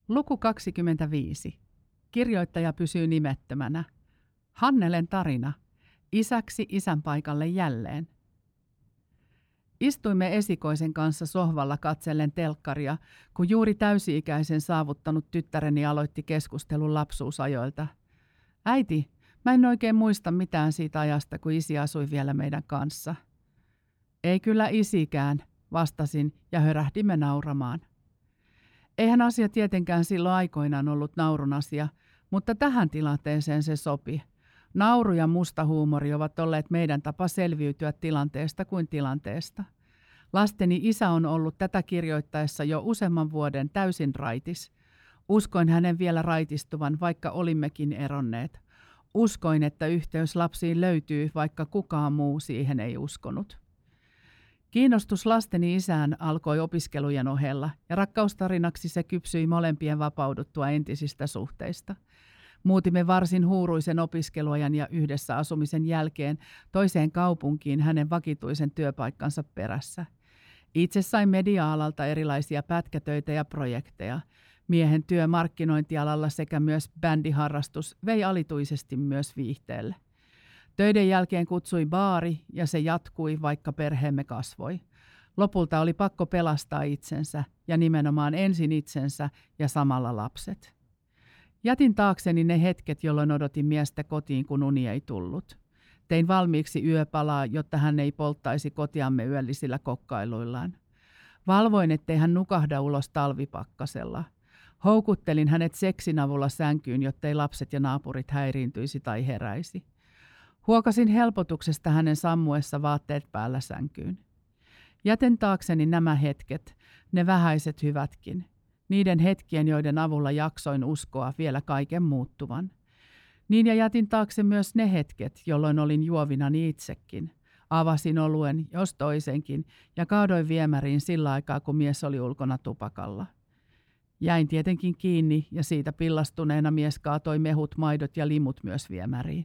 Luku 25. Kirjoittaja pysyy nimettömänä. Hannelen tarina. Isäksi isän paikalle jälleen. Istuimme esikoisen kanssa sohvalla katsellen telkkaria, kun juuri täysi-ikäisen saavuttanut tyttäreni aloitti keskustelun lapsuusajoilta. Äiti, mä en oikein muista mitään siitä ajasta, kun isi asui vielä meidän kanssa. Ei kyllä isikään, vastasin ja hörähdimme nauramaan. Eihän asia tietenkään silloin aikoinaan ollut naurun asia, mutta tähän tilanteeseen se sopi. Nauru ja musta huumori ovat olleet meidän tapa selviytyä tilanteesta kuin tilanteesta. Lasteni isä on ollut tätä kirjoittaessa jo useamman vuoden täysin raitis. Uskoin hänen vielä raitistuvan, vaikka olimmekin eronneet. Uskoin, että yhteys lapsiin löytyy, vaikka kukaan muu siihen ei uskonut. Kiinnostus lasteni isään alkoi opiskelujen ohella, ja rakkaustarinaksi se kypsyi molempien vapauduttua entisistä suhteista. Muutimme varsin huuruisen opiskeluajan ja yhdessä asumisen jälkeen toiseen kaupunkiin hänen vakituisen työpaikkansa perässä. Itse sain media-alalta erilaisia pätkätöitä ja projekteja. Miehen työ markkinointialalla sekä myös bändiharrastus vei alituisesti myös viihteelle. Töiden jälkeen kutsui baari ja se jatkui, vaikka perheemme kasvoi. Lopulta oli pakko pelastaa itsensä ja nimenomaan ensin itsensä ja samalla lapset. Jätin taakseni ne hetket, jolloin odotin miestä kotiin, kun uni ei tullut. Tein valmiiksi yöpalaa, jotta hän ei polttaisi kotiamme yöllisillä kokkailuillaan. Valvoin, ettei hän nukahda ulos talvipakkasella. Houkuttelin hänet seksin avulla sänkyyn, jottei lapset ja naapurit häiriintyisi tai heräisi. Huokasin helpotuksesta hänen sammuessa vaatteet päällä sänkyyn. Jätin taakseni nämä hetket, ne vähäiset hyvätkin. Niiden hetkien, joiden avulla jaksoin uskoa vielä kaiken muuttuvan. Niin ja jätin taakse myös ne hetket, jolloin olin juovinani itsekin. Avasin oluen, jos toisenkin, ja kaadoin viemäriin sillä aikaa, kun mies oli ulkona tupakalla. Jäin tietenkin kiinni, ja siitä pillastuneena mies kaatoi mehut, maidot ja limut myös viemäriin.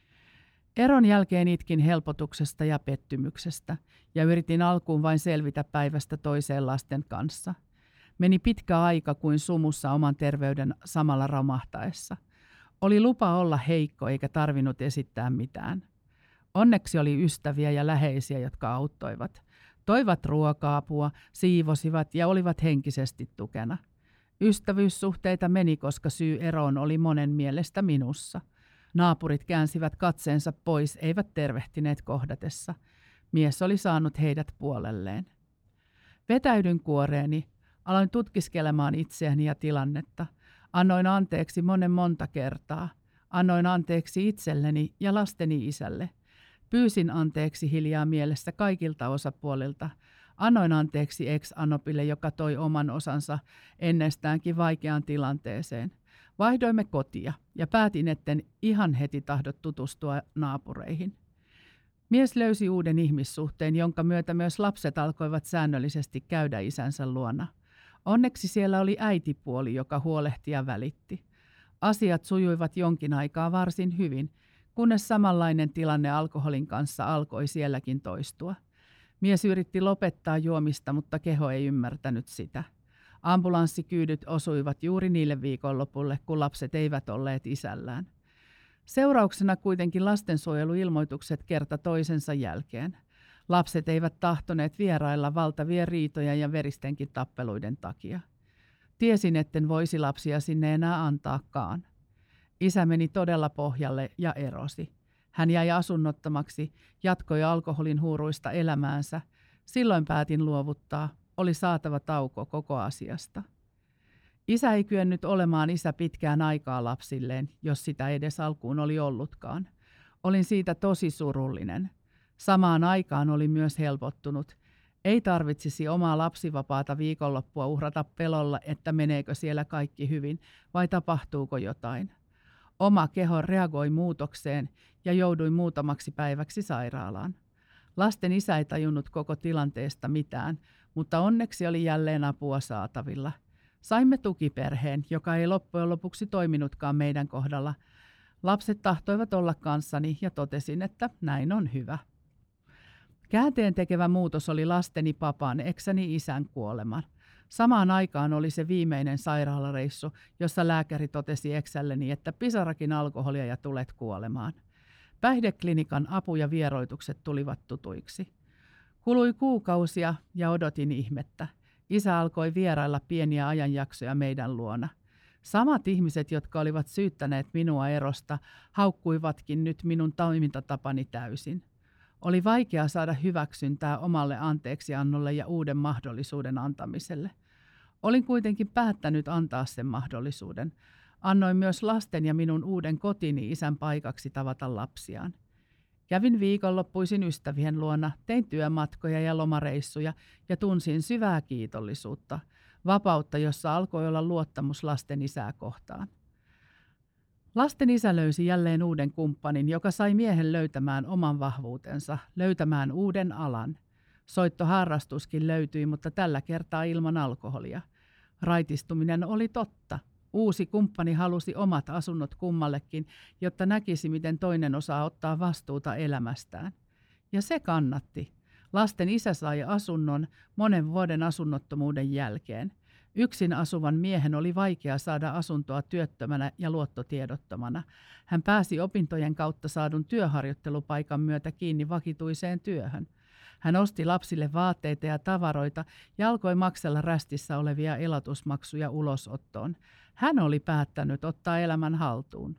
Eron jälkeen itkin helpotuksesta ja pettymyksestä, ja yritin alkuun vain selvitä päivästä toiseen lasten kanssa. Meni pitkä aika kuin sumussa oman terveyden samalla romahtaessa. Oli lupa olla heikko eikä tarvinnut esittää mitään. Onneksi oli ystäviä ja läheisiä, jotka auttoivat. Toivat ruoka-apua, siivosivat ja olivat henkisesti tukena. Ystävyyssuhteita meni, koska syy eroon oli monen mielestä minussa. Naapurit käänsivät katseensa pois, eivät tervehtineet kohdatessa. Mies oli saanut heidät puolelleen. Vetäydyn kuoreeni. Aloin tutkiskelemaan itseäni ja tilannetta. Annoin anteeksi monta kertaa. Annoin anteeksi itselleni ja lasteni isälle. Pyysin anteeksi hiljaa mielessä kaikilta osapuolilta. Annoin anteeksi ex-anopille, joka toi oman osansa ennestäänkin vaikeaan tilanteeseen. Vaihdoimme kotia ja päätin, etten ihan heti tahdo tutustua naapureihin. Mies löysi uuden ihmissuhteen, jonka myötä myös lapset alkoivat säännöllisesti käydä isänsä luona. Onneksi siellä oli äitipuoli, joka huolehti ja välitti. Asiat sujuivat jonkin aikaa varsin hyvin, kunnes samanlainen tilanne alkoholin kanssa alkoi sielläkin toistua. Mies yritti lopettaa juomista, mutta keho ei ymmärtänyt sitä. Ambulanssikyydyt osuivat juuri niille viikonlopulle, kun lapset eivät olleet isällään. Seurauksena kuitenkin lastensuojeluilmoitukset kerta toisensa jälkeen. Lapset eivät tahtoneet vierailla valtavien riitojen ja veristenkin tappeluiden takia. Tiesin, etten voisi lapsia sinne enää antaakaan. Isä meni todella pohjalle ja erosi. Hän jäi asunnottomaksi, jatkoi alkoholin huuruista elämäänsä. Silloin päätin luovuttaa. Oli saatava tauko koko asiasta. Isä ei kyennyt olemaan isä pitkään aikaa lapsilleen, jos sitä edes alkuun oli ollutkaan. Olin siitä tosi surullinen. Samaan aikaan olin myös helpottunut. Ei tarvitsisi omaa lapsivapaata viikonloppua uhrata pelolla, että meneekö siellä kaikki hyvin vai tapahtuuko jotain. Oma keho reagoi muutokseen ja jouduin muutamaksi päiväksi sairaalaan. Lasten isä ei tajunnut koko tilanteesta mitään, mutta onneksi oli jälleen apua saatavilla. Saimme tukiperheen, joka ei loppujen lopuksi toiminutkaan meidän kohdalla. Lapset tahtoivat olla kanssani ja totesin, että näin on hyvä. Käänteen tekevä muutos oli lasteni papan, eksäni isän kuolema. Samaan aikaan oli se viimeinen sairaalareissu, jossa lääkäri totesi eksälleni, että pisarakin alkoholia ja tulet kuolemaan. Päihdeklinikan apu ja vieroitukset tulivat tutuiksi. Kului kuukausia ja odotin ihmettä. Isä alkoi vierailla pieniä ajanjaksoja meidän luona. Samat ihmiset, jotka olivat syyttäneet minua erosta, haukkuivatkin nyt minun toimintatapani täysin. Oli vaikea saada hyväksyntää omalle anteeksiannolle ja uuden mahdollisuuden antamiselle. Olin kuitenkin päättänyt antaa sen mahdollisuuden. Annoin myös lasten ja minun uuden kotini isän paikaksi tavata lapsiaan. Kävin viikonloppuisin ystävien luona, tein työmatkoja ja lomareissuja ja tunsin syvää kiitollisuutta, vapautta, jossa alkoi olla luottamus lasten isää kohtaan. Lasten isä löysi jälleen uuden kumppanin, joka sai miehen löytämään oman vahvuutensa, löytämään uuden alan. Soittoharrastuskin löytyi, mutta tällä kertaa ilman alkoholia. Raitistuminen oli totta. Uusi kumppani halusi omat asunnot kummallekin, jotta näkisi, miten toinen osaa ottaa vastuuta elämästään. Ja se kannatti. Lasten isä sai asunnon monen vuoden asunnottomuuden jälkeen. Yksin asuvan miehen oli vaikea saada asuntoa työttömänä ja luottotiedottomana. Hän pääsi opintojen kautta saadun työharjoittelupaikan myötä kiinni vakituiseen työhön. Hän osti lapsille vaatteita ja tavaroita ja alkoi maksella rästissä olevia elatusmaksuja ulosottoon. Hän oli päättänyt ottaa elämän haltuun.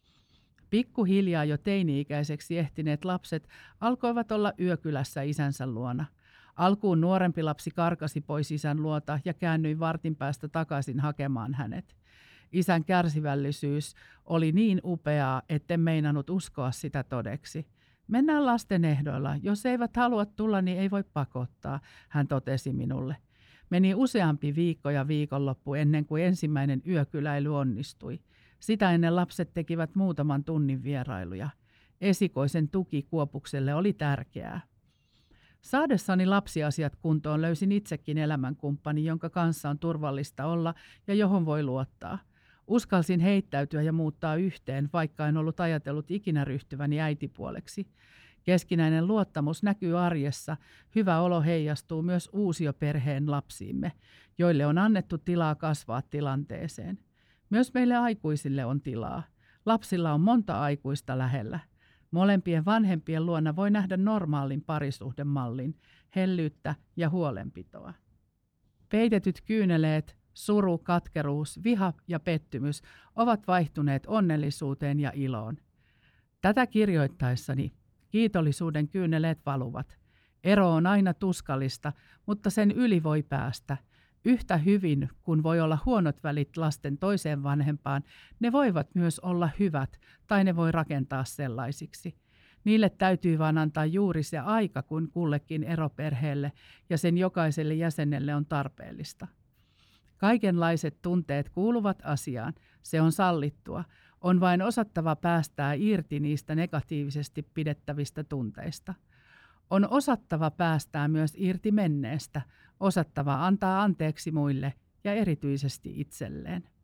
Pikkuhiljaa jo teini-ikäiseksi ehtineet lapset alkoivat olla yökylässä isänsä luona. Alkuun nuorempi lapsi karkasi pois isän luota ja käännyi vartin päästä takaisin hakemaan hänet. Isän kärsivällisyys oli niin upeaa, etten meinannut uskoa sitä todeksi. Mennään lasten ehdoilla. Jos eivät halua tulla, niin ei voi pakottaa, hän totesi minulle. Meni useampi viikko ja viikonloppu ennen kuin ensimmäinen yökyläily onnistui. Sitä ennen lapset tekivät muutaman tunnin vierailuja. Esikoisen tuki Kuopukselle oli tärkeää. Saadessani lapsiasiat kuntoon löysin itsekin elämänkumppani, jonka kanssa on turvallista olla ja johon voi luottaa. Uskalsin heittäytyä ja muuttaa yhteen, vaikka en ollut ajatellut ikinä ryhtyväni äitipuoleksi. Keskinäinen luottamus näkyy arjessa, hyvä olo heijastuu myös uusioperheen lapsiimme, joille on annettu tilaa kasvaa tilanteeseen. Myös meille aikuisille on tilaa. Lapsilla on monta aikuista lähellä. Molempien vanhempien luona voi nähdä normaalin parisuhdemallin, hellyyttä ja huolenpitoa. Peitetyt kyyneleet, suru, katkeruus, viha ja pettymys ovat vaihtuneet onnellisuuteen ja iloon. Tätä kirjoittaessani kiitollisuuden kyyneleet valuvat. Ero on aina tuskallista, mutta sen yli voi päästä. Yhtä hyvin, kun voi olla huonot välit lasten toiseen vanhempaan, ne voivat myös olla hyvät tai ne voi rakentaa sellaisiksi. Niille täytyy vain antaa juuri se aika, kun kullekin eroperheelle ja sen jokaiselle jäsenelle on tarpeellista. Kaikenlaiset tunteet kuuluvat asiaan, se on sallittua. On vain osattava päästää irti niistä negatiivisesti pidettävistä tunteista. On osattava päästää myös irti menneestä, osattava antaa anteeksi muille ja erityisesti itselleen.